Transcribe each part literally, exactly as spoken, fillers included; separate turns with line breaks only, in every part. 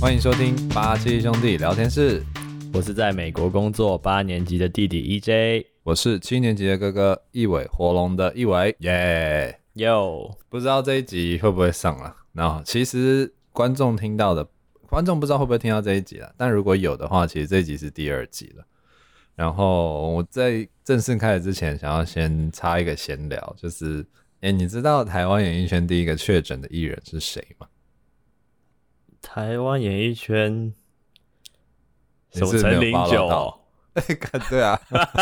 欢迎收听八七兄弟聊天室，
我是在美国工作八年级的弟弟 E J，
我是七年级的哥哥一伟，火龙的一伟，耶、
yeah! ！Yo，
不知道这一集会不会上了？那其实观众听到的，观众不知道会不会听到这一集了，但如果有的话，其实这一集是第二集了。然后我在正式开始之前，想要先插一个闲聊，就是，哎，你知道台湾演艺圈第一个确诊的艺人是谁吗？
台湾演艺圈
什么陈零九
哦？
对啊，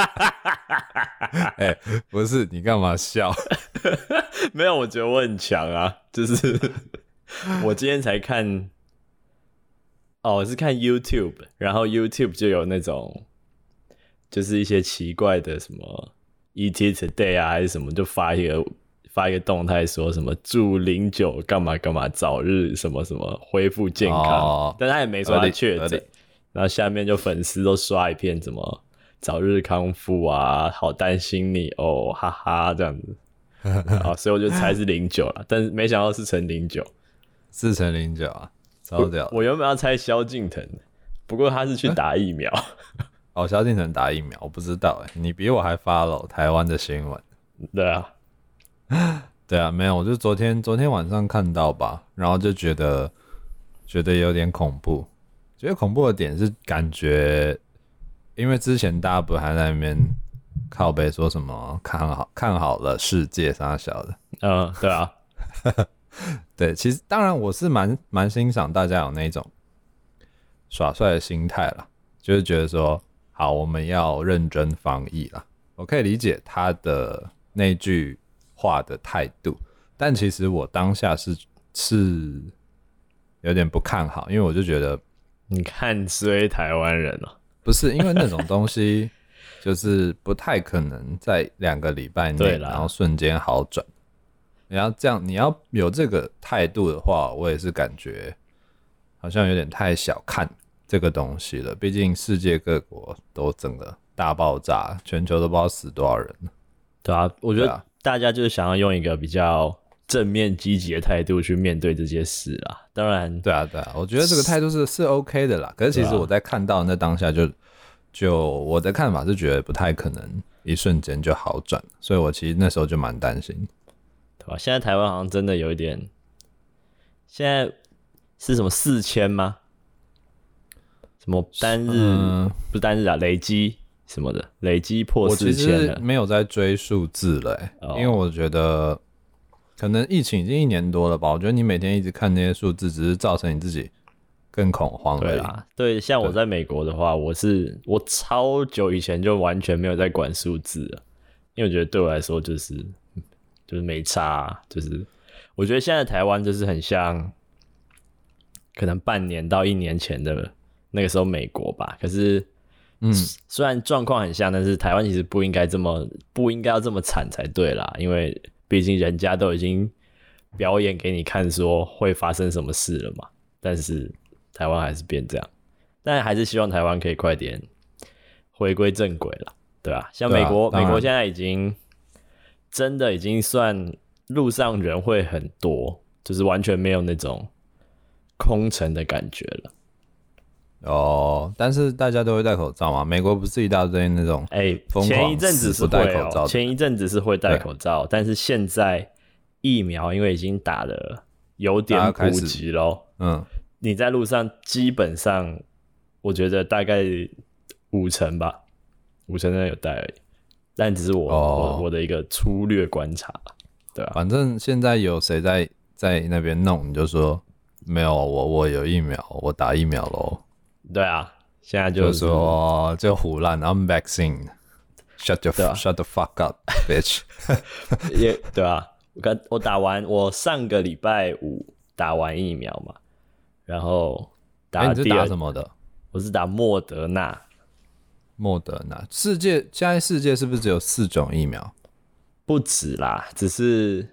哎、欸，不是，你干嘛笑？
没有，我觉得我很强啊，就是我今天才看，哦，我是看 YouTube， 然后 YouTube 就有那种，就是一些奇怪的什么 E T Today 啊，还是什么，就发一个发一个动态说什么祝零九干嘛干嘛早日什么什么恢复健康，哦、但他也没说他确诊。然后下面就粉丝都刷一片什么早日康复啊，好担心你哦，哈哈这样子啊，所以我就猜是零九了，但是没想到是陈零九，
是陈零九啊，超屌
我！我原本要猜萧敬腾，不过他是去打疫苗。
哦，萧敬腾打疫苗，我不知道哎，你比我还 follow 台湾的新闻。
对啊，
对啊，没有，我就昨天昨天晚上看到吧，然后就觉得觉得有点恐怖。觉得恐怖的点是感觉，因为之前大家不还在那边靠北说什么看好看好了世界啥小的，
嗯，对啊，
对，其实当然我是蛮蛮欣赏大家有那种耍帅的心态啦，就是觉得说好我们要认真防疫啦，我可以理解他的那句话的态度，但其实我当下是是有点不看好，因为我就觉得。
你看衰台湾人哦？
不是，因为那种东西就是不太可能在两个礼拜内，然后瞬间好转。你要这样，你要有这个态度的话，我也是感觉好像有点太小看这个东西了。毕竟世界各国都整个大爆炸，全球都不知道死多少人了。
对啊，我觉得大家就是想要用一个比较正面积极的态度去面对这些事啦。当然，
对啊，对啊，我觉得这个态度是是 OK 的啦。可是其实我在看到那当下就，就就我的看法是觉得不太可能一瞬间就好转，所以我其实那时候就蛮担心，
对吧？现在台湾好像真的有一点，现在是什么四千吗？什么单日、嗯、不是单日啊，累积什么的，累积破四千了。
我其实没有在追数字了、欸哦，因为我觉得。可能疫情已经一年多了吧，我觉得你每天一直看那些数字，只是造成你自己更恐慌而已。
对啦，对，像我在美国的话，我是我超久以前就完全没有在管数字了，因为我觉得对我来说就是就是没差、啊，就是我觉得现在台湾就是很像可能半年到一年前的那个时候美国吧，可是嗯，虽然状况很像，但是台湾其实不应该这么不应该要这么惨才对啦，因为。毕竟人家都已经表演给你看说会发生什么事了嘛，但是台湾还是变这样，但还是希望台湾可以快点回归正轨啦，对啊，像美国，美国现在已经真的已经算路上人会很多，就是完全没有那种空城的感觉了。
哦，但是大家都会戴口罩嘛？美国不是一大堆那种哎，
前一阵子是会哦，前一阵子是会戴口罩，但是现在疫苗因为已经打了有点普及咯，嗯，你在路上基本上我觉得大概五成吧，五成的有戴而已，但只是我、哦、我, 我的一个粗略观察，对啊，
反正现在有谁在在那边弄，你就说没有，我我有疫苗，我打疫苗咯。
对啊，现在就是、
就说就胡乱 ，I'm vaccine， shut your、啊、shut the fuck up, bitch
也对啊，我刚我打完，我上个礼拜五打完疫苗嘛，然后打第二、欸、你是打
什么的？
我是打莫德纳。
莫德纳，世界现在世界是不是只有四种疫苗？
不止啦，只是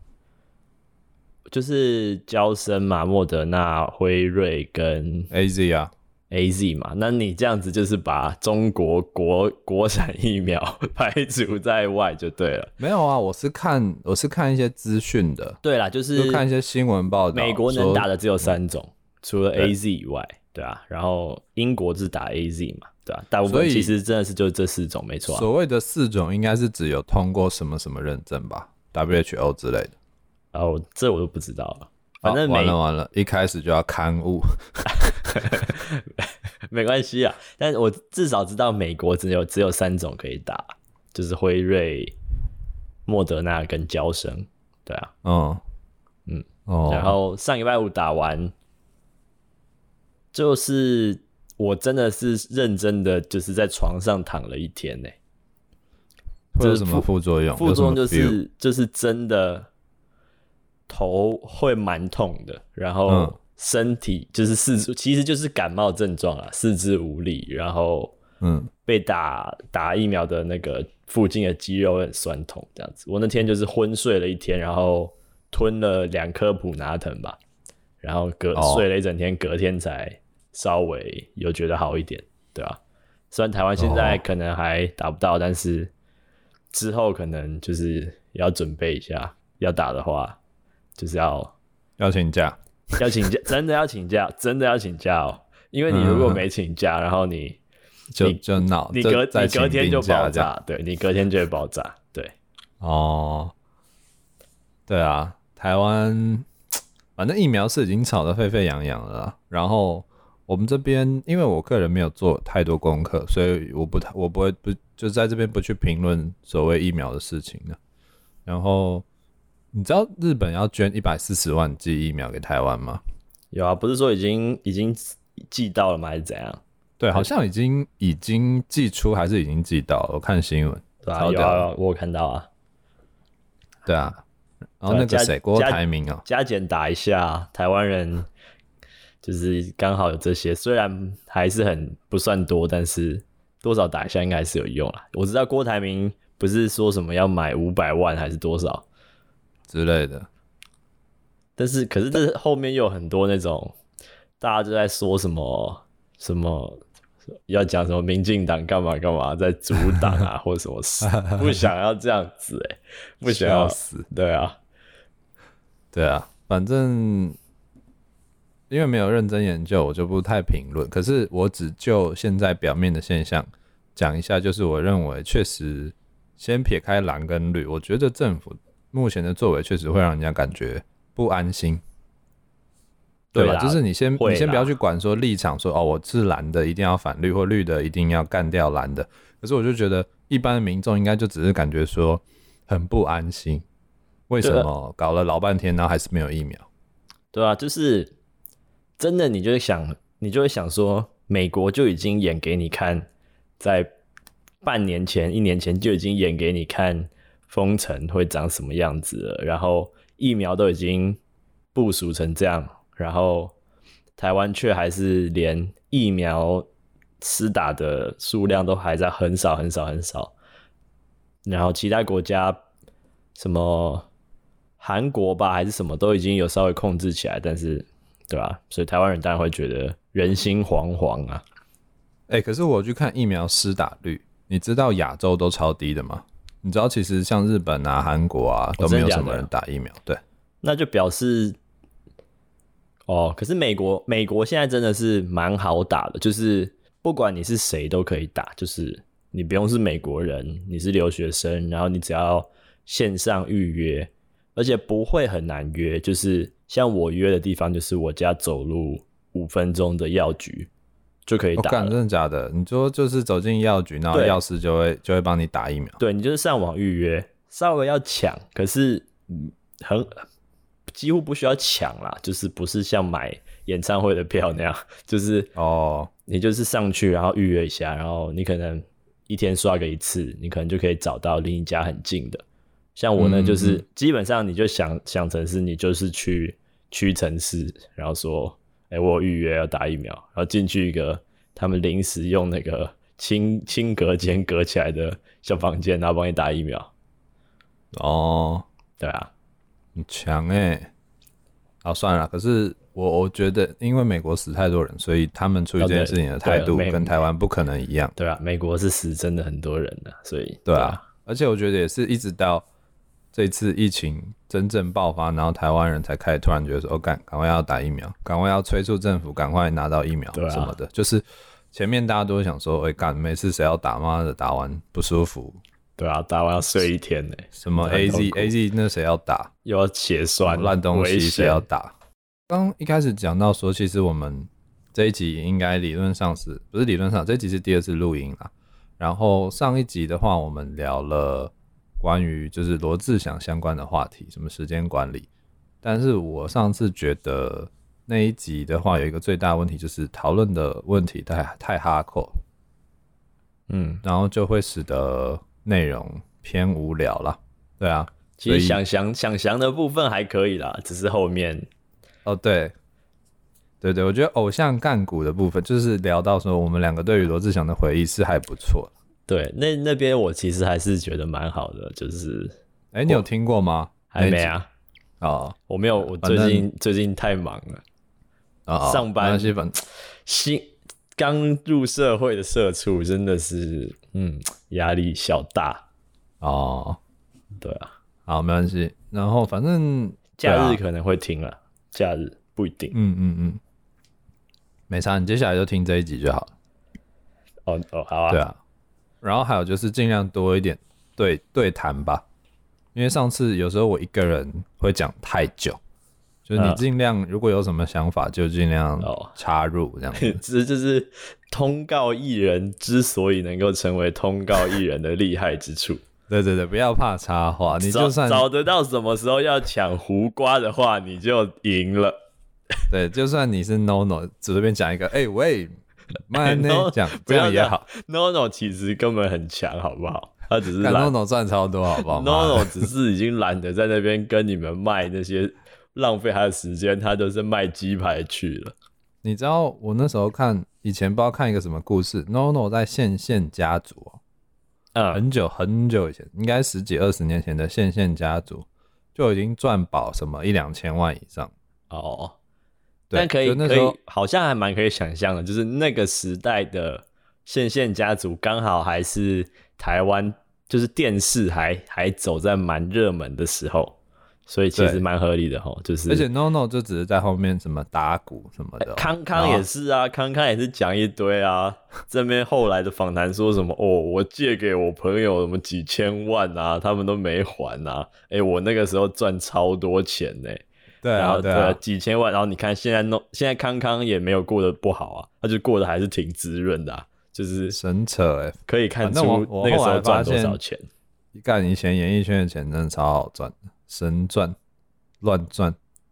就是嬌生嘛，莫德纳、辉瑞跟
A Z 啊。
A Z 嘛，那你这样子就是把中国国国产疫苗排除在外就对了。
没有啊，我是看我是看一些资讯的。
对啦，就是
就看一些新闻报道，
美国能打的只有三种， 除了 A Z 以外，对啊，然后英国是打 A Z 嘛，对啊，大部分其实真的是就这四种，没错、啊。
所谓的四种应该是只有通过什么什么认证吧 ，W H O 之类的。
哦，这我都不知道了。反正、哦、
完了完了，一开始就要刊物，
没关系啊。但我至少知道美国只有只有三种可以打，就是辉瑞、莫德纳跟嬌生，对啊，
嗯
嗯
哦。
然后上礼拜五打完，就是我真的是认真的，就是在床上躺了一天呢、欸。
会有什么副作用？
副作用就是就是真的。头会蛮痛的，然后身体就是四肢，其实就是感冒症状啦，四肢无力，然后嗯，被打打疫苗的那个附近的肌肉很酸痛，这样子。我那天就是昏睡了一天，然后吞了两颗普拿疼吧，然后隔、哦、睡了一整天，隔天才稍微有觉得好一点，对吧、啊？虽然台湾现在可能还打不到，哦、但是之后可能就是要准备一下，要打的话。就是要
要请假，
要请假，真的要请假，真的要请假哦。因为你如果没请假，嗯、然后你
就就闹，
你隔你隔天就爆炸，对你隔天就会爆炸，对。
哦，对啊，台湾反正疫苗是已经吵得沸沸扬扬了啦。然后我们这边，因为我个人没有做太多功课，所以我不太我不会不就在这边不去评论所谓疫苗的事情的。然后。你知道日本要捐一百四十万剂疫苗给台湾吗？
有啊，不是说已经已经寄到了吗？还是怎样？
对，好像已经已经寄出，还是已经寄到了？我看新闻，
对啊，有啊，我有看到啊。
对啊，然后那个谁，郭台铭啊，
加减打一下，台湾人就是刚好有这些，虽然还是很不算多，但是多少打一下应该还是有用啦。我知道郭台铭不是说什么要买五百万还是多少？
之类的，
但是可是这后面又有很多那种大家就在说什么什么要讲什么民进党干嘛干嘛在阻挡啊或者什么事，不想要这样子哎、欸，不想要死，对啊，
对啊，反正因为没有认真研究，我就不太评论。可是我只就现在表面的现象讲一下，就是我认为确实，先撇开蓝跟绿，我觉得政府。目前的作为确实会让人家感觉不安心，对吧？就是你先你先不要去管说立场说，说哦我是蓝的一定要反绿，或绿的一定要干掉蓝的。可是我就觉得一般的民众应该就只是感觉说很不安心，为什么搞了老半天然后还是没有疫苗？
对啊，就是真的你就会想，你就会想说，美国就已经演给你看，在半年前、一年前就已经演给你看。封城会长什么样子了？然后疫苗都已经部署成这样，然后台湾却还是连疫苗施打的数量都还在很少很少很少。然后其他国家什么韩国吧还是什么都已经有稍微控制起来，但是对吧？所以台湾人当然会觉得人心惶惶啊。
欸，可是我去看疫苗施打率，你知道亚洲都超低的吗？你知道其实像日本啊、韩国啊都没有什么人打疫苗，对，
那就表示哦，可是美国美国现在真的是蛮好打的，就是不管你是谁都可以打，就是你不用是美国人，你是留学生，然后你只要线上预约，而且不会很难约，就是像我约的地方，就是我家走路五分钟的药局。就可以打了。
哦，真的假的？你说就是走进药局，然后药师就会就会帮你打疫苗。
对，你就是上网预约，稍微要抢，可是很几乎不需要抢啦，就是不是像买演唱会的票那样，就是哦，你就是上去然后预约一下，然后你可能一天刷个一次，你可能就可以找到离你家很近的。像我呢，就是、嗯、基本上你就想想成是你就是去屈臣氏，然后说。哎、欸，我有预约要打疫苗，然后进去一个他们临时用那个轻轻隔间隔起来的小房间，然后帮你打疫苗。
哦，
对啊，
很强哎。好，算了，可是我我觉得，因为美国死太多人，所以他们处理这件事情的态度跟台湾不可能一样。
对啊，美国是死真的很多人的，所以
对啊，而且我觉得也是一直到这次疫情真正爆发，然后台湾人才开始突然觉得说，哦，赶赶快要打疫苗，赶快要催促政府赶快拿到疫苗什么的，啊、就是前面大家都会想说，哎、欸，干每次谁要打，妈的打完不舒服。
对啊，打完要睡一天呢、欸。
什么 A Z A Z 那谁要打？
又要血栓，
烂东西谁要打？刚一开始讲到说，其实我们这一集应该理论上是不是理论上？这一集是第二次录音啦。然后上一集的话，我们聊了关于就是罗志祥相关的话题，什么时间管理。但是我上次觉得那一集的话，有一个最大的问题就是讨论的问题太太哈扣，嗯，然后就会使得内容偏无聊啦。对啊，
其实想想想想的部分还可以啦，只是后面
哦，对，对对，我觉得偶像干股的部分，就是聊到说我们两个对于罗志祥的回忆是还不错。
对，那那边我其实还是觉得蛮好的，就是，
哎，你有听过吗？
还没啊。
哦，
我没有，我最近最近太忙了，
哦、
上班新刚入社会的社畜真的是，嗯，压力小大。
哦，
对啊，
好，没关系。然后反正
假日可能会听了，啊、假日不一定。
嗯嗯嗯，没差，你接下来就听这一集就好了。
哦哦，好啊。
对啊，然后还有就是尽量多一点对对谈吧，因为上次有时候我一个人会讲太久。就是你尽量如果有什么想法就尽量插入这样子，
这就是通告艺人之所以能够成为通告艺人的厉害之处。
对对对，不要怕插话，你就算
找, 找得到什么时候要抢胡瓜的话，你就赢了。
对，就算你是 No No， 随便讲一个，哎、欸、喂，慢呢讲，这样也好。
No No 其实根本很强，好不好？他只是懒
No No 赚超多，好不好
？No No 只是已经懒得在那边跟你们卖那些。浪费他的时间，他就是卖鸡排去了。
你知道我那时候看以前不知道看一个什么故事 ，No No 在线线家族、喔嗯，很久很久以前，应该十几二十年前的线线家族就已经赚饱什么一两千万以上
哦。但可以可以，好像还蛮可以想象的，就是那个时代的线线家族刚好还是台湾，就是电视还还走在蛮热门的时候。所以其实蛮合理的齁，就是
而且 No No 就只是在后面什么打鼓什么的、喔，
康康也是啊，康康也是讲一堆啊。这边后来的访谈说什么哦，我借给我朋友什么几千万啊，他们都没还啊。哎、欸，我那个时候赚超多钱呢、欸。
对啊，
然后
对啊，
几千万。然后你看现在 No， 现在康康也没有过得不好啊，他就过得还是挺滋润的、啊，就是
神扯哎、欸，
可以看出那个时候赚多少钱。
干以前演艺圈的钱真的超好赚的。神赚乱赚，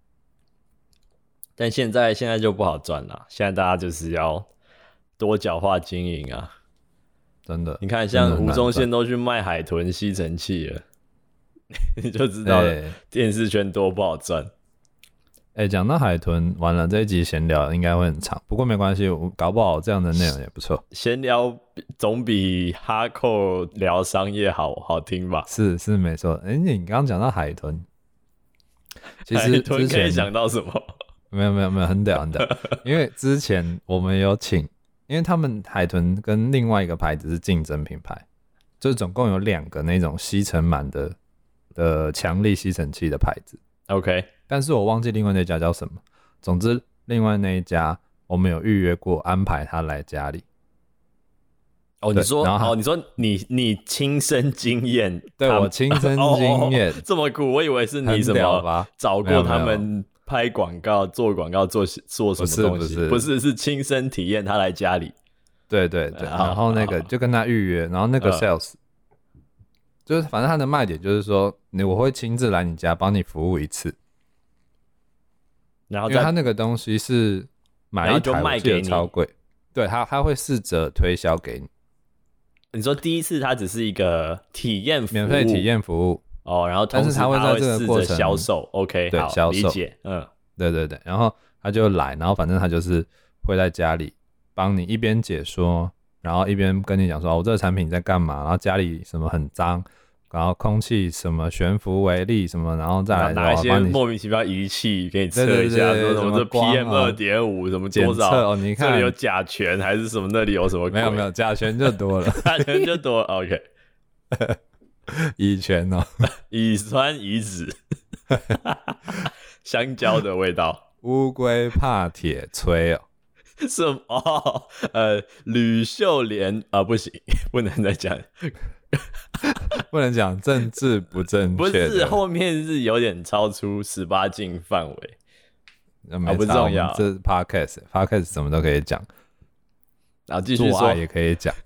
但现在现在就不好赚了。现在大家就是要多角化经营啊，
真的。
你看，像吴宗宪都去卖海豚吸尘器了，你就知道电视圈多不好赚。
哎、欸，讲到海豚，完了这一集闲聊应该会很长，不过没关系，我搞不好这样的内容也不错。
闲聊总比哈扣聊商业好好听吧？
是是没错。哎、欸，你刚刚讲到海豚，其实
海豚可以想到什么？
没有没有没有，很屌很屌。因为之前我们有请，因为他们海豚跟另外一个牌子是竞争品牌，就是总共有两个那种吸尘螨的的强力吸尘器的牌子。
OK。
但是我忘记另外那家叫什么。总之，另外那一家我们有预约过，安排他来家里。
哦，你说，哦，你说你你亲身经验，
对我亲身经验、
哦，这么酷，我以为是你什么找过他们拍广告、做广告、做做什么东西，不是不是，不是是亲身体验，他来家里。
对对对，然后那个就跟他预约，然后那个 sales、嗯、就是反正他的卖点就是说，你我会亲自来你家帮你服务一次。
然后
因为他那个东西是买一台我记得超贵，对他他会试着推销给你。
你说第一次他只是一个体验服务，
免费体验服务
哦，然后同时
但是他会在这个过程
销售 ，OK，
对，销售
理解，嗯，
对对对，然后他就来，然后反正他就是会在家里帮你一边解说，然后一边跟你讲说，哦，我这个产品在干嘛，然后家里什么很脏。然后空气什么悬浮微粒什么，然后再来
拿一些莫名其妙仪器给你测一下，说什么这 P M 二点五 什么多少，
哦，你看
这里有甲醛还是什么，那里有什么？
没有没有甲醛就多了，
甲醛就多了 ，OK。
乙醛哦，
乙酸乙酯，香蕉的味道。
乌龟怕铁炊哦，
什么？哦、呃，吕秀莲啊，不行，不能再讲，
不能讲政治不正
不
确的，
是后面是有点超出十八禁范围。
啊，没
不重要，
这是 podcast podcast 什么都可以讲，
然后继续说
也可以讲，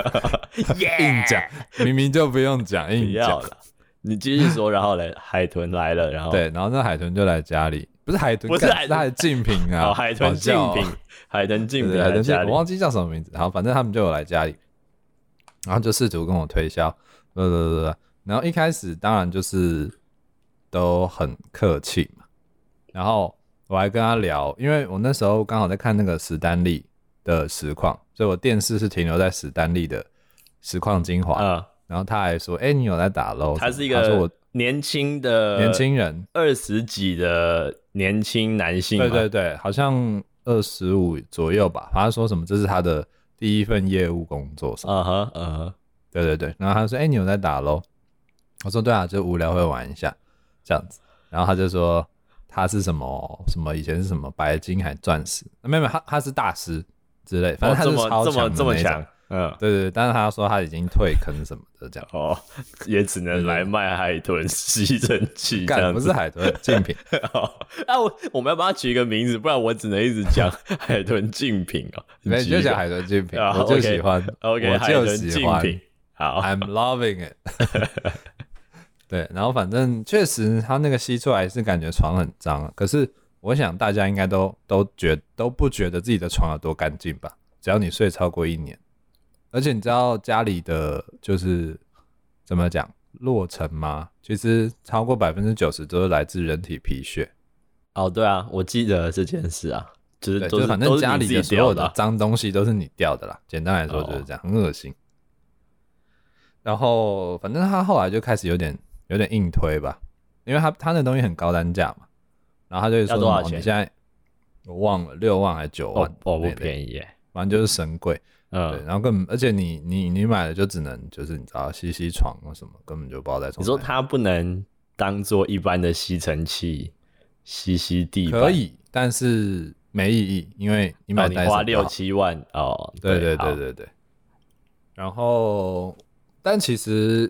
yeah!
硬讲，明明就不用讲，硬讲
了。你继续说，然后嘞，海豚来了，然后
对，然后那海豚就来家里，不是海豚，
不是海豚，
是他的竞品啊，
哦、海豚竞品，海豚竞品，
海豚竞，我忘记叫什么名字，然后反正他们就有来家里，然后就试图跟我推销，对对对对，然后一开始当然就是都很客气嘛，然后我还跟他聊，因为我那时候刚好在看那个史丹利的实况，所以我电视是停留在史丹利的实况精华。嗯，然后他还说：“哎、欸，你有在打 L O？”
他是一个年轻的
年轻人，
二十几的年轻男性。
对对对，好像二十五左右吧。他说什么这是他的第一份业务工作什么。
嗯哼嗯哼，
对对对。然后他说：“哎、欸，你有在打 L O？” 我说：“对啊，就无聊会玩一下这样子。”然后他就说。他是什么什么以前是什么白金还钻石？没有没有，他他是大师之类，反正他是超强的那种、哦、
这么这么强，嗯，
对对对。但是他说他已经退坑什么的这样，
哦，也只能来卖海豚吸尘器这样子，
不是海豚竞品。
哦，啊我我们要帮他取一个名字，不然我只能一直讲海豚竞品哦。
你就讲海豚竞品，
哦、
我就喜欢
，OK，, okay
我就喜欢，
海豚竞品，好
，I'm loving it 。对，然后反正确实他那个吸出来是感觉床很脏，可是我想大家应该都都觉都不觉得自己的床有多干净吧？只要你睡超过一年，而且你知道家里的就是怎么讲落尘吗？其实超过百分之九十都是来自人体皮屑。
哦，对啊，我记得这件事啊，就是都是
就反正家里的所有
的
脏东西都是你掉的啦。简单来说就是这样，哦、很恶心。然后反正他后来就开始有点。有点硬推吧，因为他他那东西很高单价嘛，然后他就说
要多少钱？
你现在我忘了六万还是九万？
哦，不便宜耶，
反正就是神贵。嗯，对，然后根本而且你你你买了就只能就是你知道吸吸床或什么，根本就不知道在冲。
你说它不能当做一般的吸尘器吸吸地板？
可以，但是没意义，因为你买、哦、
你花六七万哦。
对对对对对。然后，但其实。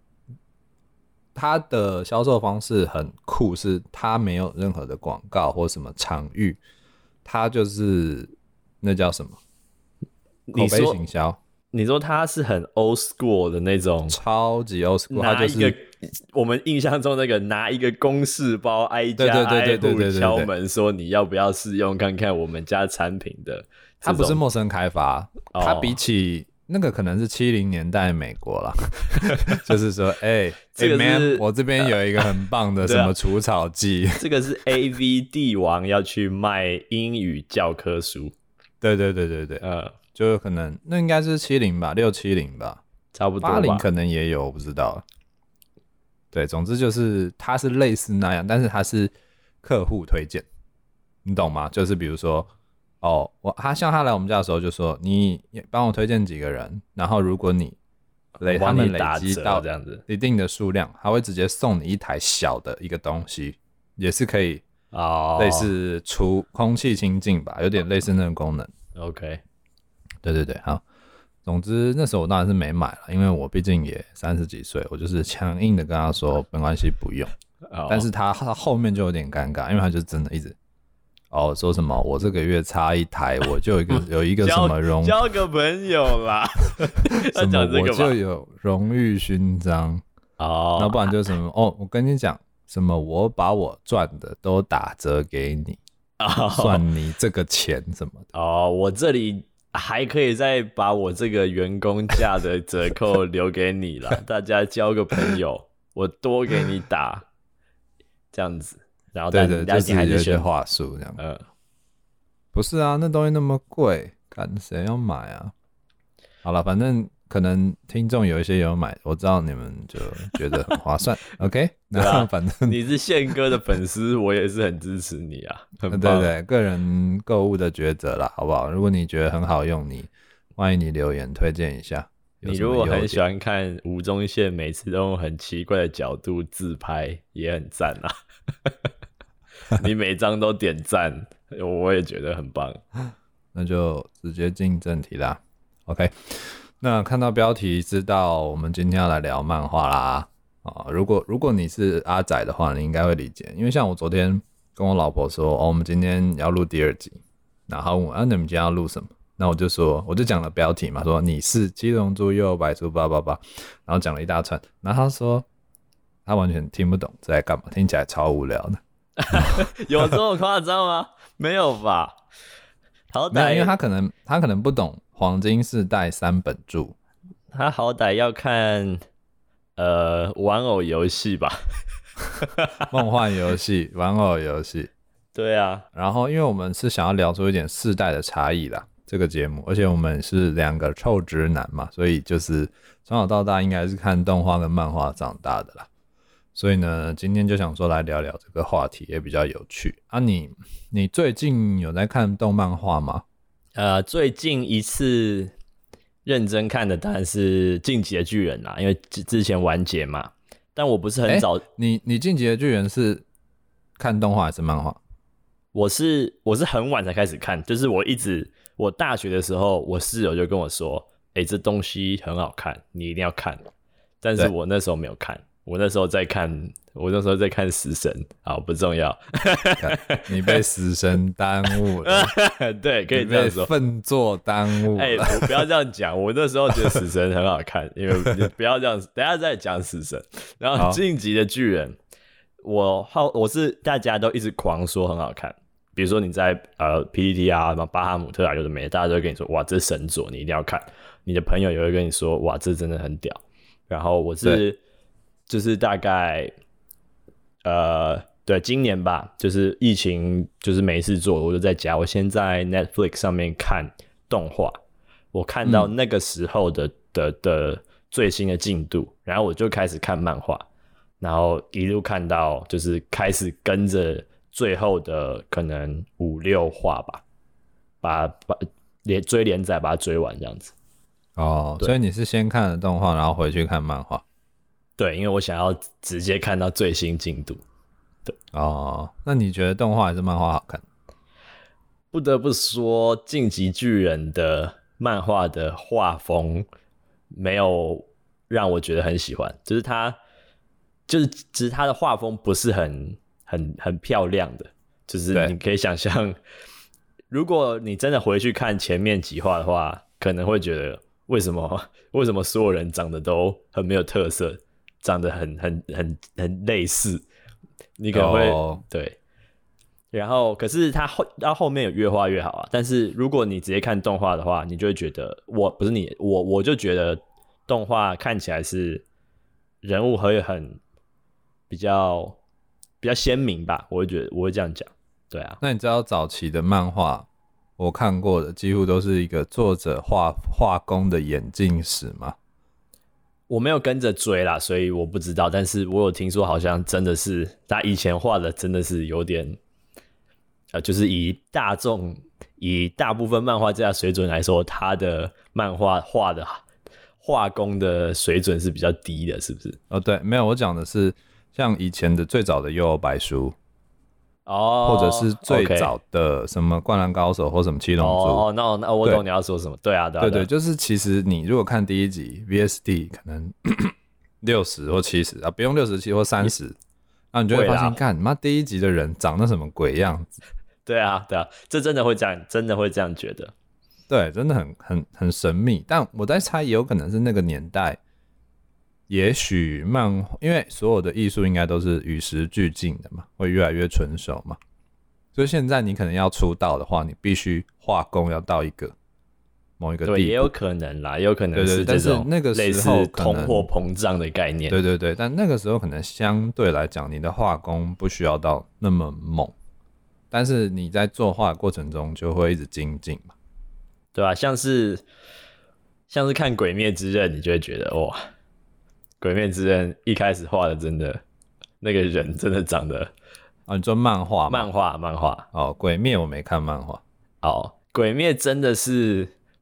它的销售方式很酷，是它没有任何的广告或什么场域，它就是那叫什么口碑行销。
你说它是很 old school 的那种，
超级 old school， 它就是
拿一个我们印象中那个拿一个公事包挨家挨户敲门说你要不要试用看看我们家产品的。
它不是陌生开发，它比起。那个可能是七零年代美国啦，就是说，哎、欸，
这个是、欸
man, 我这边有一个很棒的什么除草剂、
啊，这个是 A V 帝王要去卖英语教科书，
对对对对对，呃，就可能那应该是七零吧，六七零吧，
差不多吧，
八零可能也有，我不知道。对，总之就是它是类似那样，但是它是客户推荐，你懂吗？就是比如说。哦，我他像他来我们家的时候就说，你帮我推荐几个人，然后如果你累他们累积到
这样子
一定的数量，他会直接送你一台小的一个东西，也是可以哦，类似除空气清净吧，有点类似那个功能。
OK，
对对对，好。总之那时候我当然是没买了，因为我毕竟也三十几岁，我就是强硬的跟他说没关系不用。哦、但是他他后面就有点尴尬，因为他就真的一直。哦，说什么？我这个月差一台，我就有一个有一个什么荣
交个朋友啦，
什么我就有荣誉勋章哦，那不然就什么哦，我跟你讲，什么我把我赚的都打折给你，哦、算你这个钱什么的
哦，我这里还可以再把我这个员工价的折扣留给你啦，大家交个朋友，我多给你打，这样子。然后
对对，就是有一些话术这样。
嗯，
不是啊，那东西那么贵，看谁要买啊？好了，反正可能听众有一些有买，我知道你们就觉得很划算。OK， 那反正
你是宪哥的粉丝，我也是很支持你啊。很棒
对对，个人购物的抉择啦，好不好？如果你觉得很好用，你欢迎你留言推荐一下。
你如果很喜欢看吴宗宪每次都用很奇怪的角度自拍，也很赞啊。你每张都点赞，我也觉得很棒。
那就直接进正题啦。OK， 那看到标题知道我们今天要来聊漫画啦。哦、如果如果你是阿仔的话，你应该会理解，因为像我昨天跟我老婆说，哦，我们今天要录第二集，然后问我啊，你们今天要录什么？那我就说，我就讲了标题嘛，说你是七龙珠又有白珠叭叭叭，然后讲了一大串，然后他说他完全听不懂这在干嘛，听起来超无聊的。
有这么夸张吗？没有吧？好歹
因为他可能他可能不懂黄金世代三本柱，
他好歹要看呃玩偶游戏吧。
梦幻游戏、玩偶游戏，
对啊。
然后，因为我们是想要聊出一点世代的差异啦，这个节目，而且我们是两个臭直男嘛，所以就是从小到大应该是看动画跟漫画长大的啦。所以呢，今天就想说来聊聊这个话题，也比较有趣啊你。你你最近有在看动漫画吗？
呃，最近一次认真看的当然是《进击的巨人》啦，因为之前完结嘛。但我不是很早，欸、
你你进击的巨人是看动画还是漫画？
我是我是很晚才开始看，就是我一直我大学的时候，我室友就跟我说：“哎、欸，这东西很好看，你一定要看。”但是我那时候没有看，我那时候在看，我那时候在看《死神》，好不重要。
你被死神耽误了，
对，可以这样说，
被粪作耽误了。
哎、欸，我不要这样讲，我那时候觉得《死神》很好看，因为你不要这样，等一下再讲《死神》。然后《进击的巨人》，我好我是大家都一直狂说很好看，比如说你在呃 P T T 啊、巴哈姆特啊，有的没的，大家都会跟你说哇，这是神作，你一定要看。你的朋友也会跟你说哇，这真的很屌。然后我是就是大概呃对今年吧，就是疫情就是没事做，我就在家，我先在 Netflix 上面看动画，我看到那个时候的、嗯、的的最新的进度，然后我就开始看漫画，然后一路看到就是开始跟着最后的可能五六话吧，把把连追连载把它追完这样子。
哦，所以你是先看了动画，然后回去看漫画？
对，因为我想要直接看到最新进度。对，
哦，那你觉得动画还是漫画好看？
不得不说，《进击巨人》的漫画的画风没有让我觉得很喜欢，就是它，就是其实它的画风不是很很很漂亮的，就是你可以想象，如果你真的回去看前面几话的话，可能会觉得为什么为什么所有人长得都很没有特色，长得很很很很类似，你可能会、oh. 对。然后，可是它后到后面有越画越好啊。但是如果你直接看动画的话，你就会觉得，我不是你，我我就觉得动画看起来是人物会很比较比较鲜明吧。我会觉得我会这样讲，对啊。
那你知道早期的漫画我看过的几乎都是一个作者画画工的演进史吗？
我没有跟着追啦，所以我不知道。但是我有听说，好像真的是他以前画的真的是有点。呃，就是以大众、以大部分漫画家水准来说，他的漫画画的画工的水准是比较低的，是不是？
哦，对，没有，我讲的是像以前的最早的幽游白书，
哦，
或者是最早的什么灌篮高手或什么七龙珠。
哦，那那我懂你要说什么，对啊，对啊，
对对，就是其实你如果看第一集 V S D 可能六十或七十啊，不用六十七或三十，啊，你就会发现，看妈第一集的人长得什么鬼样子。
对啊，对啊，这真的会这样，真的会这样觉得。
对，真的很很很神秘。但我在猜，也有可能是那个年代，也许漫，因为所有的艺术应该都是与时俱进的嘛，会越来越成熟嘛。所以现在你可能要出道的话，你必须画工要到一个某一个地步。
对，也有可能啦，也有可能是这种类似通货膨胀的概念。
对对对，但那个时候可能相对来讲，你的画工不需要到那么猛。但是你在作画的过程中就会一直精进嘛，
对吧、啊？像是像是看《鬼灭之刃》，你就会觉得哇，《鬼灭之刃》一开始画的真的那个人真的长得
哦，你说漫画吗？
漫画漫画
哦，《鬼灭》我没看漫画
哦，《鬼灭》真的是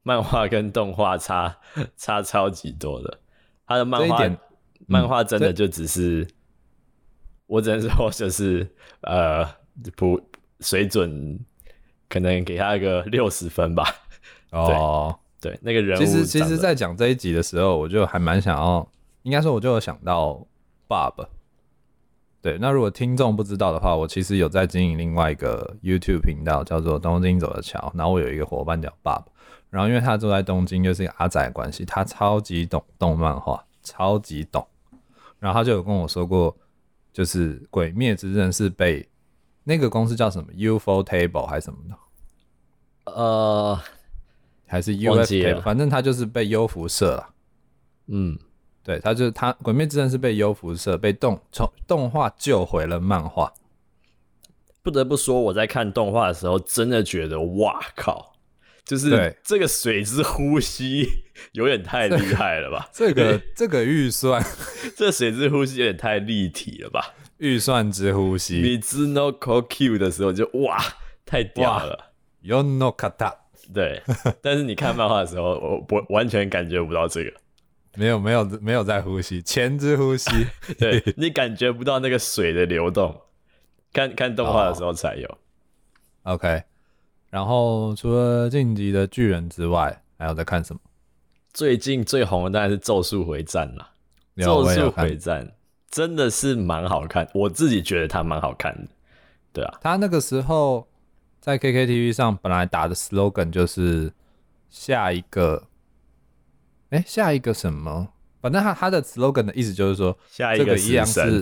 漫画跟动画差差超级多的。他的漫画、嗯、漫画真的就只是，我只能说就是呃，普水准可能给他一个六十分吧。哦，对，对，那个人物
其实其实，在讲这一集的时候，我就还蛮想要，应该说我就有想到 Bob。对，那如果听众不知道的话，我其实有在经营另外一个 YouTube 频道，叫做东京走的桥。然后我有一个伙伴叫 Bob， 然后因为他住在东京，就是一个阿仔的关系，他超级懂动漫画，超级懂。然后他就有跟我说过，就是《鬼灭之刃》是被那个公司叫什么 U F O Table 还是什么的，呃，还是 U F O Table， 反正他就是被优辐社了。嗯。对，他就是他，《鬼灭之刃》是被优辐社被动从动画救回了漫画。
不得不说，我在看动画的时候，真的觉得哇靠，就是这个水之呼吸有点太厉害了吧？
这个这个预算，
这水之呼吸有点太立体了吧？
预算之呼吸，
你知 no call Q 的时候就哇，太屌了
，Yo no kata。
对，但是你看漫画的时候，我我完全感觉不到这个。
没有没有没有在呼吸，前之呼吸，
对，你感觉不到那个水的流动，看看动画的时候才有。
Oh. OK， 然后除了晋级的巨人之外，还有在看什么？
最近最红的当然是《咒术回战》啦，《咒术回战》真的是蛮好看，我自己觉得它蛮好看的。对啊，
他那个时候在 K K T V 上本来打的 slogan 就是下一个。哎，下一个什么？反正他他的 slogan 的意思就是说，
下一个
一样是，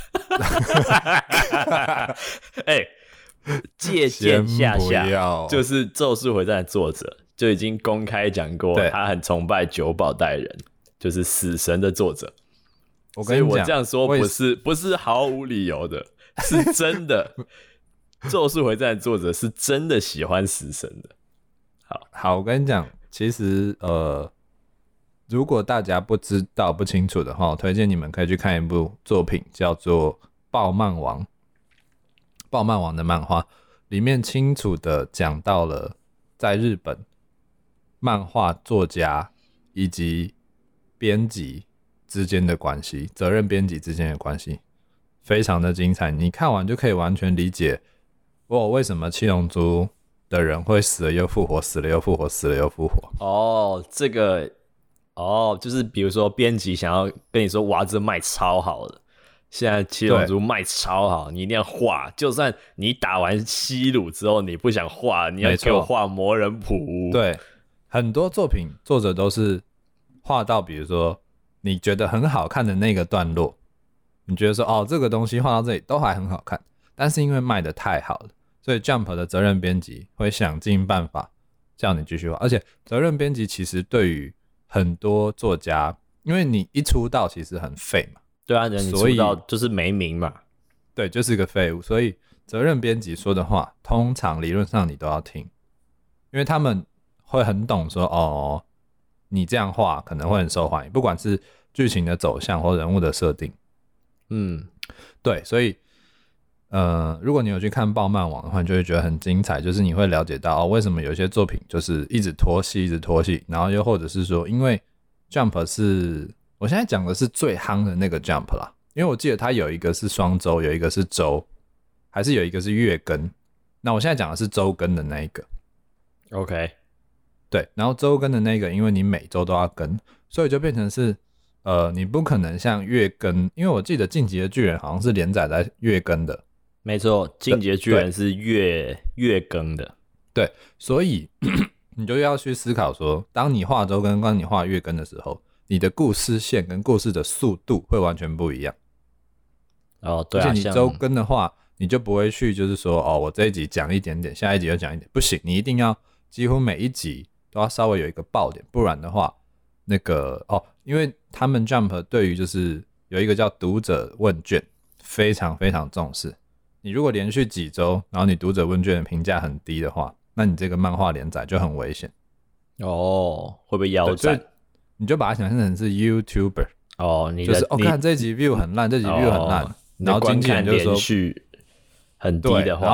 哎，借鉴下下，就是《咒术回战》的作者就已经公开讲过，他很崇拜久保带人，就是死神的作者。
我跟你讲，
所以我这样说不是不是毫无理由的，是真的。《咒术回战》的作者是真的喜欢死神的。好，
好，我跟你讲，其实呃。如果大家不知道不清楚的话，我推荐你们可以去看一部作品，叫做《爆漫王》。爆漫王的漫画里面清楚的讲到了在日本漫画作家以及编辑之间的关系，责任编辑之间的关系，非常的精彩。你看完就可以完全理解，我为什么七龙珠的人会死了又复活，死了又复活，死了又复活。
哦，这个。哦，就是比如说编辑想要跟你说，哇，这卖超好的，现在七龙珠卖超好，你一定要画。就算你打完西鲁之后你不想画，你要给我画魔人普。
对，很多作品作者都是画到，比如说你觉得很好看的那个段落，你觉得说哦，这个东西画到这里都还很好看，但是因为卖的太好了，所以 Jump 的责任编辑会想尽办法叫你继续画。而且责任编辑其实对于很多作家，因为你一出道其实很废嘛，
对啊，你出道就是没名嘛，
对，就是个废物，所以责任编辑说的话，通常理论上你都要听，因为他们会很懂说，哦，你这样画可能会很受欢迎，不管是剧情的走向或人物的设定，嗯，对，所以，呃，如果你有去看爆漫网的话，你就会觉得很精彩，就是你会了解到、哦、为什么有些作品就是一直拖戏，一直拖戏，然后又或者是说，因为 Jump 是我现在讲的是最夯的那个 Jump 啦，因为我记得它有一个是双周，有一个是周，还是有一个是月更。那我现在讲的是周更的那一个。
OK，
对，然后周更的那个，因为你每周都要更，所以就变成是，呃，你不可能像月更，因为我记得进击的巨人好像是连载在月更的。
没错，进击的巨人是月月更的。
对，所以你就要去思考说，当你画周更跟你画月更的时候，你的故事线跟故事的速度会完全不一样。
哦，对啊，
而且你周更的话，你就不会去就是说，哦，我这一集讲一点点，下一集又讲一点，不行，你一定要几乎每一集都要稍微有一个爆点，不然的话，那个哦，因为他们 Jump 对于就是有一个叫读者问卷，非常非常重视。你如果连续几周，然后你读者问卷的评价很低的话，那你这个漫画连载就很危险。
哦，会不会腰斩？
你就把它想象成是 YouTuber
哦，你的
就是哦，看这一集 view 很烂，这集 view 很烂，
哦、
然后经纪人就说
续很低的话，
然后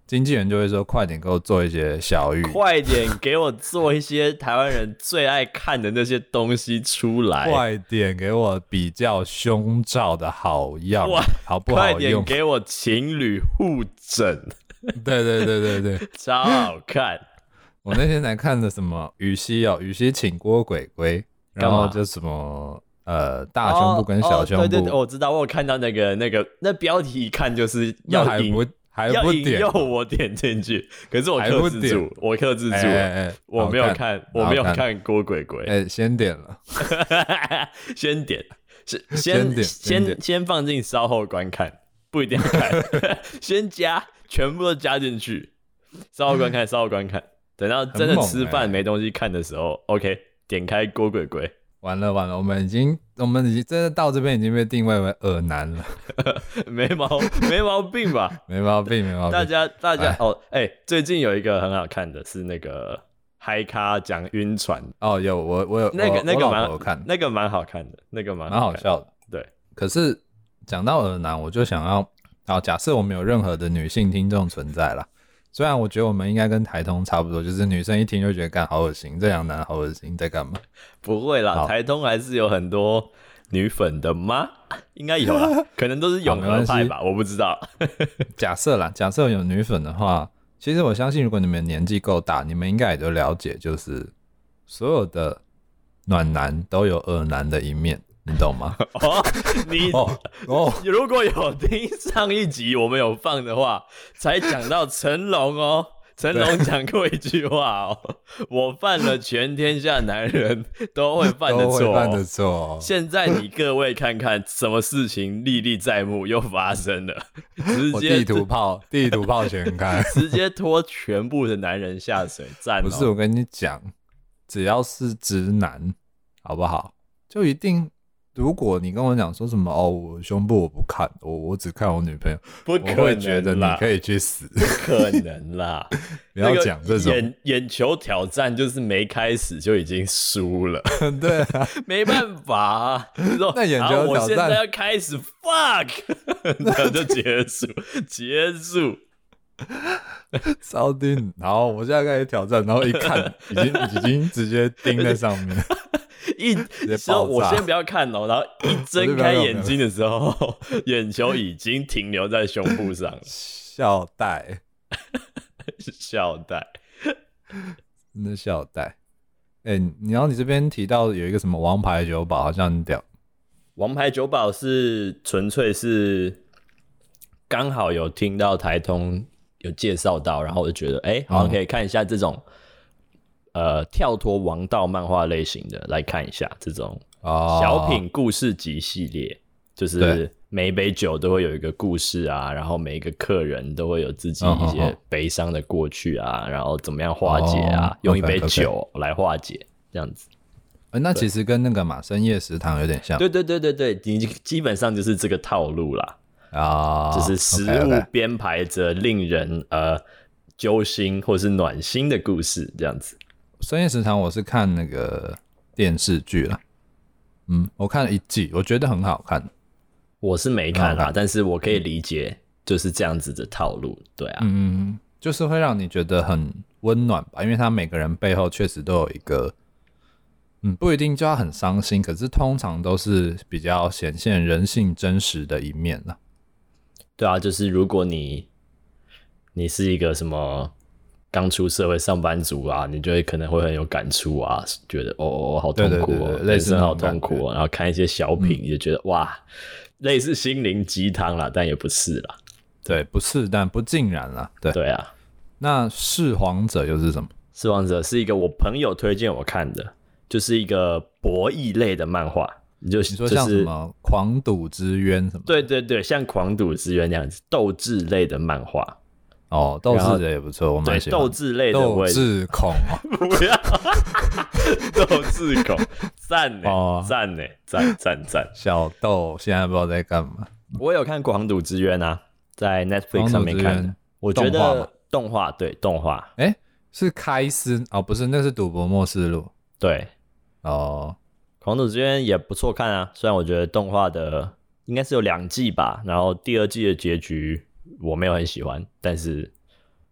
经纪人就会说快点给我做一些小雨，
快点给我做一些台湾人最爱看的那些东西出来，
快点给我比较胸罩的好样，好不好用？
快点给我情侣互整，
对对对对对，
超好看。
我那天才看的什么羽西哦，羽西请郭鬼鬼，然后就什么呃大胸部跟小胸部，
哦哦、对对对，我知道，我有看到那个那个那标题一看就是要引。
还不点，
要引诱我点进去，可是我克制住，我克制住了，欸欸欸我没有看，看我没有看郭鬼鬼。
哎、欸，先点了，
先点，先先点先先放进稍后观看，不一定要看，先加，全部都加进去，稍后观看，稍后观看，等到真的吃饭没东西看的时候、欸、，OK， 点开郭鬼鬼。
完了完了，我们已经我们已经真的到这边已经被定位为耳男了，
没毛没毛病吧？
没毛病没毛病。
大家大家哦，哎、欸，最近有一个很好看的是那个嗨咖讲晕船
哦，有我我有
那个那个蛮
好看，
那个蛮好看的，那个蛮
蛮好笑的。
对，
可是讲到耳男，我就想要，好，假设我们有任何的女性听众存在啦。虽然我觉得我们应该跟台通差不多，就是女生一听就觉得干好恶心，这两男好恶心，在干嘛？
不会啦，台通还是有很多女粉的吗？应该有啦，可能都是永和派吧，我不知道。
假设啦，假设有女粉的话，其实我相信，如果你们年纪够大，你们应该也都了解，就是所有的暖男都有恶男的一面。你懂吗？
哦，你哦哦，如果有听上一集我们有放的话，才讲到成龙哦，成龙讲过一句话哦，我犯了全天下男人都会犯的错、哦，
都会犯的错、哦。
现在你各位看看，什么事情历历在目又发生了，直接
地图炮，地图炮全开，
直接拖全部的男人下水，赞、哦！
不是，我跟你讲，只要是直男，好不好，就一定。如果你跟我讲说什么哦，我胸部我不看，我我只看我女朋友，
不可能啦，
我会觉得你可以去死，
不可能啦！
不要讲这种、
那個、眼眼球挑战，就是没开始就已经输了，
对啊，
没办法、啊。
那眼球挑战，
我现在要开始 fuck， 然后就结束，结束。
超钉，然后我现在开始挑战，然后一看，已经已经直接钉在上面。
一说我先不要看哦，然后一睁开眼睛的时候，眼球已经停留在胸部上了。
笑带，
笑带，
真的笑带。哎、欸，然后你这边提到有一个什么王牌酒保，好像很屌。
王牌酒保是纯粹是刚好有听到台通有介绍到，然后我就觉得，哎、欸，好像可以看一下这种。嗯呃，跳脱王道漫画类型的来看一下这种小品故事集系列，哦、就是每一杯酒都会有一个故事啊，然后每一个客人都会有自己一些悲伤的过去啊，哦、然后怎么样化解啊，哦、用一杯酒来化解， okay, okay. 这样子。
欸、那其实跟那个嘛深夜食堂有点像。
对对对对对，你基本上就是这个套路啦。
啊、哦，
就是食物编排着令人呃揪心或是暖心的故事，这样子。
深夜食堂我是看那个电视剧啦，嗯，我看了一季，我觉得很好看。
我是没看啦，但是我可以理解就是这样子的套路，对啊，
嗯，就是会让你觉得很温暖吧，因为他每个人背后确实都有一个，嗯，不一定就要很伤心，可是通常都是比较显现人性真实的一面啦。
对啊，就是如果你你是一个什么。刚出社会上班族啊，你就会可能会很有感触啊，觉得哦哦好痛苦哦，人生好痛苦哦，然后看一些小品，嗯、就觉得哇，类似心灵鸡汤啦，但也不是啦，
对，不是，但不尽然啦，对
对啊。
那弑皇者又是什么？
弑皇者是一个我朋友推荐我看的，就是一个博弈类的漫画，就
你说像什么狂赌之渊什么？
对对对，像狂赌之渊那样子，斗智类的漫画。
哦，斗智的也不错，我蛮喜欢。
斗智类的，
斗智孔哦，
不要，斗智孔，赞呢，赞呢，赞赞赞。
小豆现在不知道在干嘛。
我有看《狂赌之渊》啊，在 Netflix 上面看的。我觉得动画对动画，
哎、欸，是开司哦，不是，那是《赌博默示录》。
对，
哦，
《狂赌之渊》也不错看啊，虽然我觉得动画的应该是有两季吧，然后第二季的结局。我没有很喜欢，但是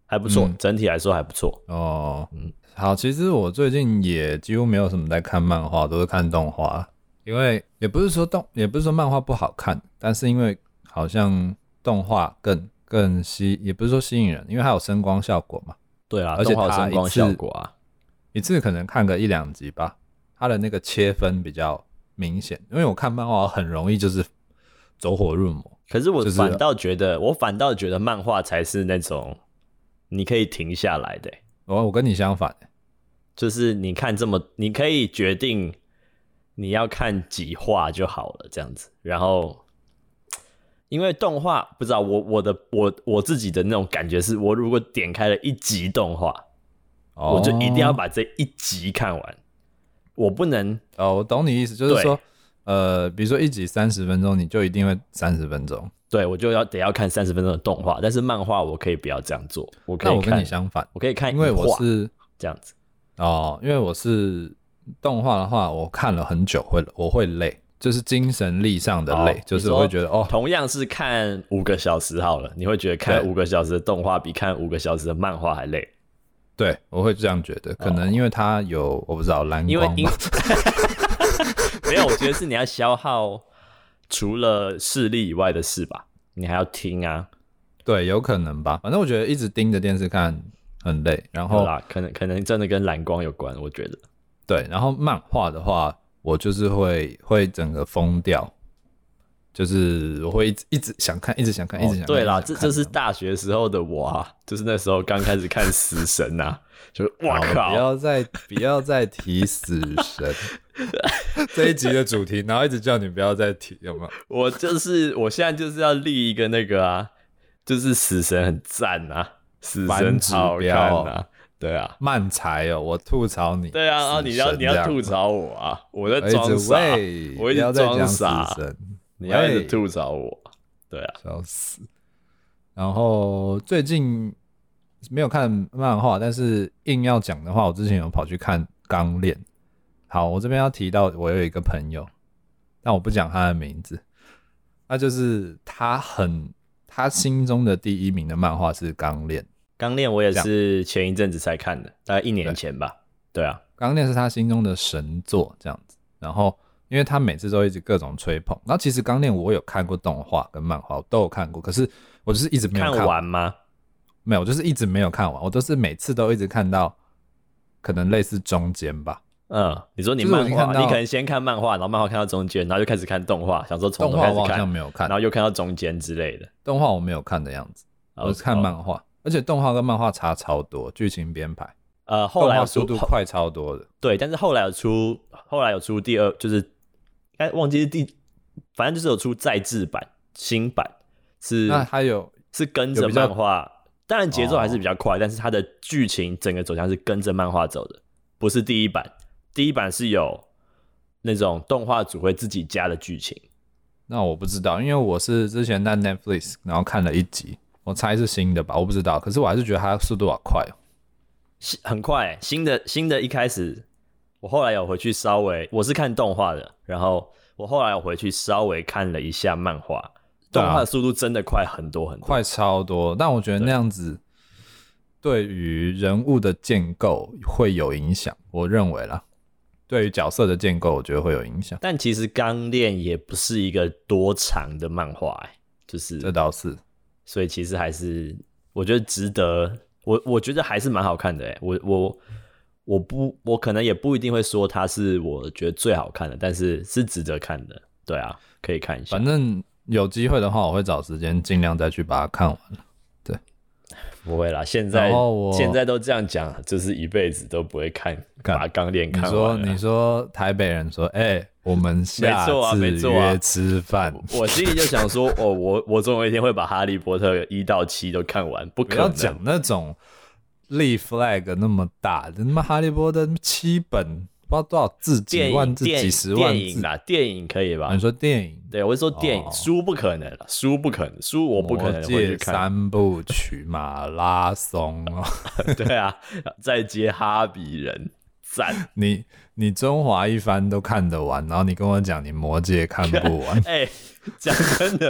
还不错、
嗯，
整体来说还不错。
哦，嗯，好，其实我最近也几乎没有什么在看漫画，都是看动画，因为也不是说动，也不是说漫画不好看，但是因为好像动画更更吸，也不是说吸引人，因为它有声光效果嘛。
对啊，
而且
动画有
它
声光效果啊，
一次可能看个一两集吧，它的那个切分比较明显，因为我看漫画很容易就是走火入魔。
可是我
就是
反倒觉得，我反倒觉得漫画才是那种你可以停下来的、欸。
我我跟你相反，
就是你看这么，你可以决定你要看几话就好了，这样子。然后，因为动画不知道我我的我我自己的那种感觉是，我如果点开了一集动画，
哦、
我就一定要把这一集看完，我不能。
哦，我懂你意思，就是说，呃，比如说一集三十分钟，你就一定会三十分钟。
对，我就要得要看三十分钟的动画，但是漫画我可以不要这样做，我可以看。
那我跟你相反，
我可以看一
因为我是
这样子。
哦，因为我是动画的话，我看了很久会我会累，就是精神力上的累，
哦、
就是我会觉得哦，
同样是看五个小时好了，你会觉得看五个小时的动画比看五个小时的漫画还累。
对，我会这样觉得，可能因为它有、哦、我不知道蓝光吧，
因为因没有，我觉得是你要消耗除了视力以外的事吧，你还要听啊。
对，有可能吧。反正我觉得一直盯着电视看很累，然后
啦，可能可能真的跟蓝光有关，我觉得。
对，然后漫画的话，我就是会会整个疯掉，就是我会一直一直想看，一直想看，一直想看。
对啦，这就是大学时候的我啊，就是那时候刚开始看死神啊，就是哇靠！
不要再不要再提死神这一集的主题，然后一直叫你不要再提，有没有？
我就是我现在就是要立一个那个啊，就是死神很赞啊，死神好看啊。对啊，
漫才哦，我吐槽你。
对啊，你要你要吐槽我啊，我在装傻，我一直装傻，你要一直吐槽我，对啊，
笑死。然后最近没有看漫画，但是硬要讲的话，我之前有跑去看《钢炼》。好，我这边要提到，我有一个朋友，但我不讲他的名字，那就是他很他心中的第一名的漫画是《钢炼》。
钢炼我也是前一阵子才看的，大概一年前吧。对啊，
钢炼是他心中的神作这样子。然后，因为他每次都一直各种吹捧，然后其实钢炼我有看过动画跟漫画，我都有看过，可是我就是一直没有看完。
看完吗？
没有，我就是一直没有看完，我都是每次都一直看到可能类似中间吧。
嗯，你说你漫画，你可能先看漫画，然后漫画看到中间，然后就开始看动画，想说从头开始看，
动画我好像没有看，
然后又看到中间之类的。
动画我没有看的样子，我是看漫画。而且动画跟漫画差超多，剧情编排，
呃，后来有
速度快超多的。
对，但是后来有出，后来有出第二，就是哎忘记是第，反正就是有出再制版、新版，是
那还有
是跟着漫画，当然节奏还是比较快，哦、但是它的剧情整个走向是跟着漫画走的，不是第一版。第一版是有那种动画组会自己加的剧情。
那我不知道，因为我是之前在 Netflix 然后看了一集。我猜是新的吧，我不知道，可是我还是觉得它速度好快哦，
很快、欸。新的新的一开始，我后来有回去稍微，我是看动画的，然后我后来有回去稍微看了一下漫画，动画的速度真的快很多很多，
快超多。但我觉得那样子对于人物的建构会有影响，我认为啦，对于角色的建构，我觉得会有影响。
但其实钢炼也不是一个多长的漫画、欸，就是
这倒是。
所以其实还是我觉得值得，我我觉得还是蛮好看的哎、欸，我我我不我可能也不一定会说它是我觉得最好看的，但是是值得看的，对啊，可以看一下。
反正有机会的话，我会找时间尽量再去把它看完了。对，
不会啦，现在现在都这样讲，就是一辈子都不会看把钢炼看完了。
你说你说台北人说，哎、欸。我们下次约吃饭、啊啊，
我心里就想说，哦，我我总有一天会把《哈利波特》一到七都看完，不可能。
不要讲那种立 flag 那么大的，他妈《哈利波特》七本不知道多少字，几万字、几十万字。
电影啦，电影可以吧？
啊、你说电影？
对，我是说电影，书、哦、不可能了，书不可能，书我不可能会去看。
三部曲马拉松哦，
对啊，再接哈比人。
你你中华一番都看得完，然后你跟我讲你魔戒看不完，
哎、欸，讲真的，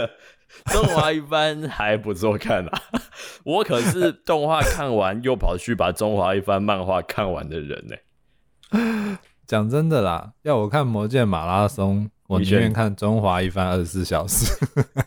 中华一番还不错看啊，我可是动画看完又跑去把中华一番漫画看完的人呢、
欸。讲真的啦，要我看魔戒马拉松，我宁愿看中华一番二十四小时。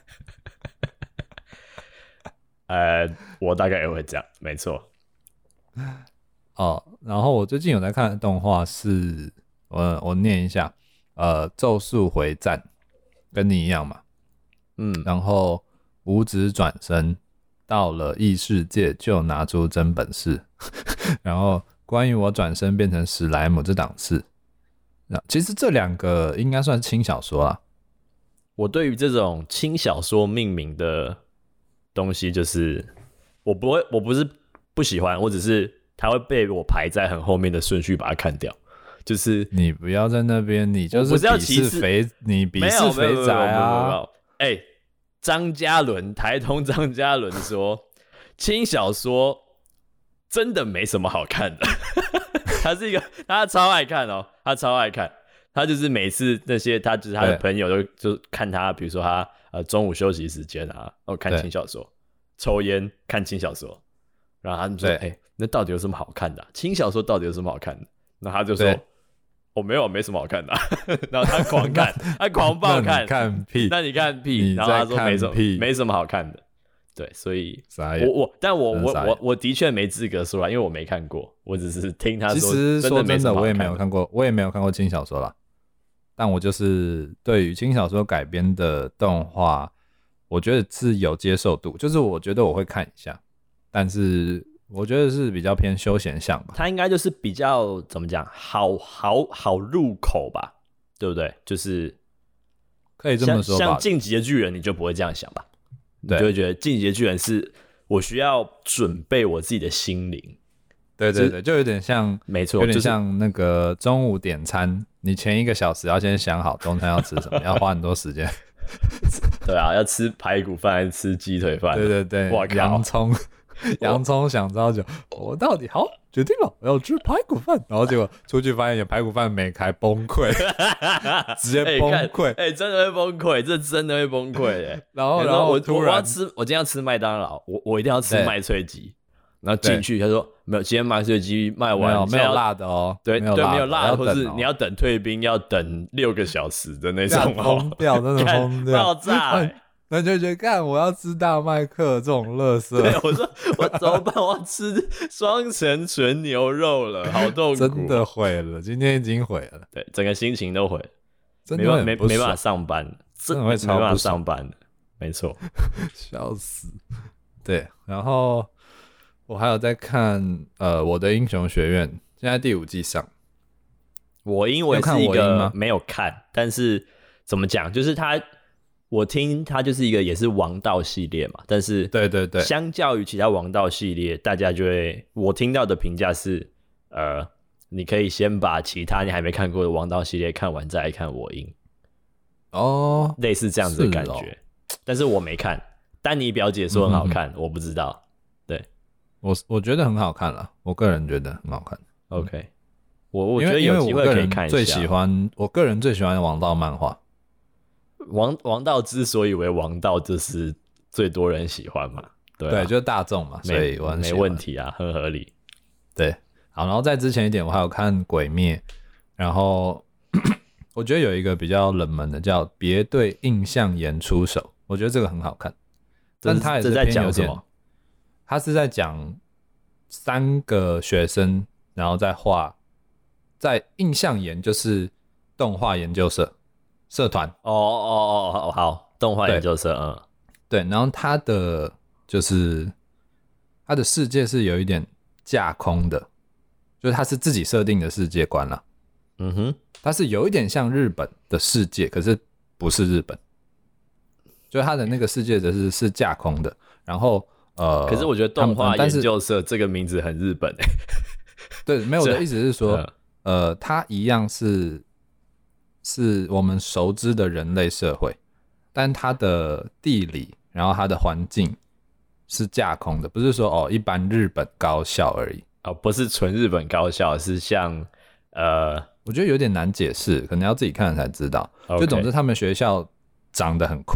呃，我大概也会这样，没错。
哦，然后我最近有在看的动画是，我我念一下，呃，《咒术回战》跟你一样嘛，
嗯，
然后五指转身到了异世界就拿出真本事，然后关于我转身变成史莱姆这档事，其实这两个应该算轻小说啦。
我对于这种轻小说命名的东西，就是我不会，我不是不喜欢，我只是它会被我排在很后面的顺序把它看掉。就是
你不要在那边，你就是鄙视肥，你鄙视肥宅啊！
哎，张嘉伦，台通张嘉伦说，轻小说真的没什么好看的。他是一个，他超爱看哦，他超爱看。他就是每次那些他就是他的朋友都就看他，比如说他呃中午休息时间啊，哦看轻小说，抽烟看轻小说，然后他们说，哎、欸，那到底有什么好看的、啊？轻小说到底有什么好看的？然后他就说，我、哦、没有，没什么好看的、啊。然后他狂看，他狂暴看，
那你看屁，
那你看屁，然后他说没什么，没什么好看的。对，所以我我，但我我我我的确没资格说啦，因为我没看过，我只是听他说。
其实说真的，我也没有
看
看过，我也没有看过轻小说啦。但我就是对于轻小说改编的动画，我觉得是有接受度，就是我觉得我会看一下，但是我觉得是比较偏休闲向吧。
它应该就是比较怎么讲，好好好入口吧，对不对？就是
可以这么说吧。
像像进击的巨人，你就不会这样想吧？你就会觉得进击的巨人是我需要准备我自己的心灵。
对对对，就有点像，
没错，
有点像那个中午点餐，你前一个小时要先想好中餐要吃什么，要花很多时间。
对啊，要吃排骨饭还是吃鸡腿饭？
对对对，洋葱，洋葱想超久，我到底好决定了，我要吃排骨饭，然后结果出去发现排骨饭没开，崩溃，直接崩溃，
哎、欸欸，真的会崩溃，这真的会崩溃哎。
然后，然后
我
突然
我要吃，我今天要吃麦当劳，我我一定要吃麦脆鸡。然后进去，他说没有，今天麦脆鸡卖完，
没有没有辣的哦，
对对，没有辣的，或是
哦、
你要等退兵，要等六个小时的那种哦，
疯掉，真的疯掉，
爆炸、欸。
那就觉得，干，我要吃大麦克这种垃圾。
对，我说我怎么办？我要吃双层纯牛肉了，好痛苦，
真的毁了，今天已经毁了，
对，整个心情都毁了，
真的
没没没办法上班，
真的会超
没办法上班的，没错，
笑死。对，然后。我还有在看呃我的英雄学院，现在第五季上。
我因为是一个没有看，但是怎么讲，就是他，我听他就是一个也是王道系列嘛，但是
对对对，
相较于其他王道系列，大家就会我听到的评价是，呃，你可以先把其他你还没看过的王道系列看完，再来看我英。
哦，
类似这样子的感觉，哦、但是我没看，丹尼表姐说很好看，嗯、我不知道。
我我觉得很好看啦，我个人觉得很好看。
OK， 我我觉得有机会可以看一下。
最喜欢我个人最喜欢王道漫画。
王王道之所以为王道，就是最多人喜欢嘛，对、啊、
对，就是大众嘛，所以我很喜欢
没问题啊，很合理。
对，好，然后再之前一点，我还有看《鬼灭》，然后我觉得有一个比较冷门的叫《别对印象岩出手》，我觉得这个很好看，但它也是偏有点。他是在讲三个学生，然后在画，在印象研就是动画研究社社团。
哦哦哦，好，动画研究社，嗯，
对。然后他的就是他的世界是有一点架空的，就是他是自己设定的世界观啦。
嗯哼，
他是有一点像日本的世界，可是不是日本，就是他的那个世界的是是架空的，然后。呃，
可是我觉得动画研究社这个名字很日本诶、欸。
对，没有，我的意思是说，呃，它一样是是我们熟知的人类社会，但它的地理，然后它的环境是架空的，不是说哦一般日本高校而已。
哦，不是纯日本高校，是像呃，
我觉得有点难解释，可能要自己看了才知道。Okay. 就总之，他们学校长得很酷。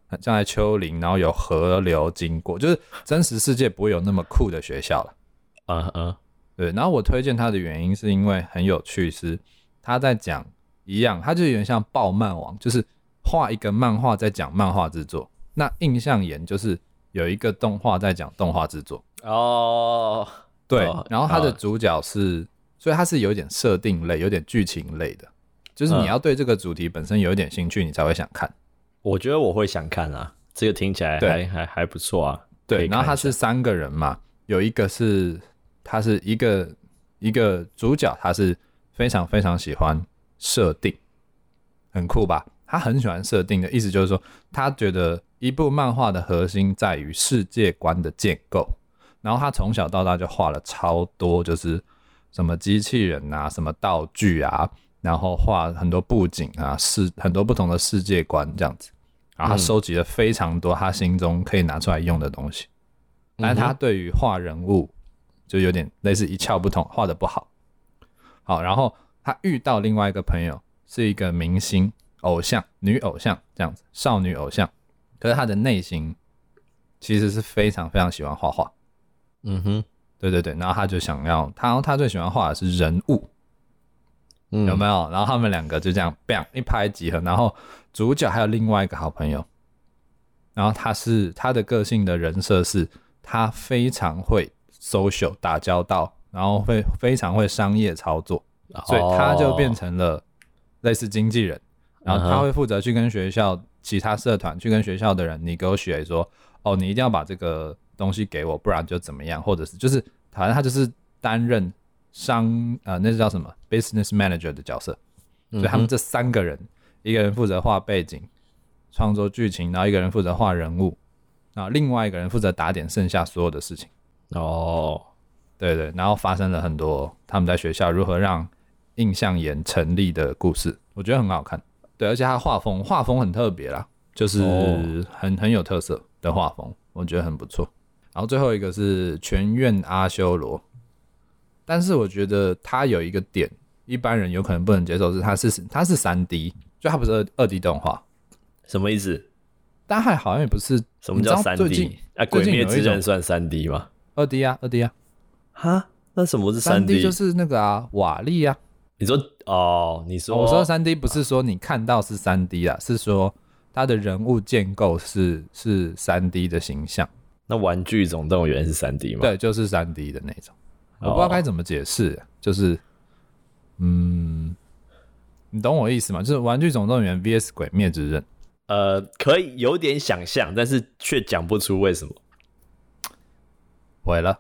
像在丘陵，然后有河流经过，就是真实世界不会有那么酷的学校了。
嗯嗯，
对。然后我推荐他的原因是因为很有趣，是他在讲一样，他就有点像爆漫王，就是画一个漫画在讲漫画制作。那印象研就是有一个动画在讲动画制作。
哦，
对，
哦
然后他的主角是，哦、所以他是有点设定类，有点剧情类的，就是你要对这个主题本身有一点兴趣，你才会想看。
我觉得我会想看啊，这个听起来还还还不错啊。
对，然后他是三个人嘛，有一个是他是一个一个主角，他是非常非常喜欢设定，很酷吧？他很喜欢设定的意思就是说，他觉得一部漫画的核心在于世界观的建构，然后他从小到大就画了超多，就是什么机器人啊，什么道具啊，然后画很多布景啊，是很多不同的世界观这样子。然后他收集了非常多他心中可以拿出来用的东西，但是他对于画人物就有点类似一窍不通，画的不好。好，然后他遇到另外一个朋友是一个明星偶像，女偶像这样子，少女偶像，可是他的内心其实是非常非常喜欢画画。
嗯哼，
对对对，然后他就想要他他最喜欢画的是人物。嗯、有没有？然后他们两个就这样 bang 一拍即合，然后主角还有另外一个好朋友，然后他是他的个性的人设是他非常会 social 打交道，然后会非常会商业操作，所以他就变成了类似经纪人，然后他会负责去跟学校其他社团去跟学校的人 negotiate 说，哦，你一定要把这个东西给我，不然就怎么样，或者是就是反正他就是担任商呃那是叫什么 business manager 的角色，所以他们这三个人，一个人负责画背景、创作剧情，然后一个人负责画人物，然后另外一个人负责打点剩下所有的事情。
哦，
对对，然后发生了很多他们在学校如何让印象研成立的故事，我觉得很好看。对，而且他画风画风很特别啦，就是很很有特色的画风，我觉得很不错。然后最后一个是全院阿修罗。但是我觉得它有一个点，一般人有可能不能接受，是它是它是 三 D， 就它不是 二 D 动画。
什么意思？
但还好像也不是。
什么叫 三 D？ 啊，鬼灭之刃算 三 D 吗？
二 D 啊 ，二 D 啊。
哈？那什么是 三 D？
三 D 就是那个啊，瓦力啊。
你说哦，你说、
哦、我说 三 D 不是说你看到是 三 D 啦，是说它的人物建构是是 三 D 的形象。
那玩具总动员是 三 D 吗？
对，就是 三 D 的那种。我不知道该怎么解释，就是，嗯，你懂我意思吗？就是《玩具总动员》V S 鬼灭之刃，
呃，可以有点想象，但是却讲不出为什么。
毁了，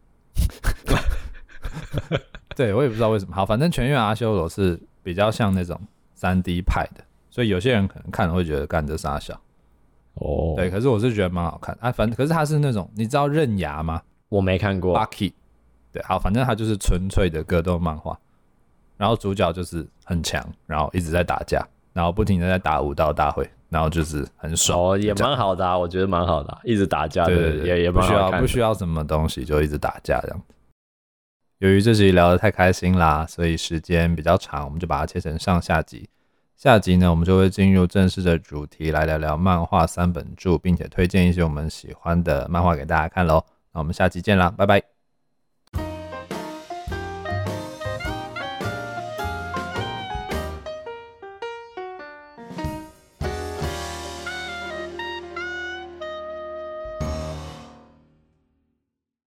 对我也不知道为什么。好，反正全员阿修罗是比较像那种 三 D 派的，所以有些人可能看了会觉得干这傻小。
哦，
对，可是我是觉得蛮好看啊。反正可是他是那种，你知道刃牙吗？
我没看过。
Baki。对，好，反正他就是纯粹的格斗漫画，然后主角就是很强，然后一直在打架，然后不停的在打武道大会，然后就是很爽。
哦，也蛮好的啊，我觉得蛮好的、啊，一直打架的，
对对对，
也也蛮好看的，
不需要不需要什么东西，就一直打架这样子。由于这集聊得太开心啦，所以时间比较长，我们就把它切成上下集。下集呢，我们就会进入正式的主题，来聊聊漫画三本柱，并且推荐一些我们喜欢的漫画给大家看咯。那我们下集见啦，拜拜。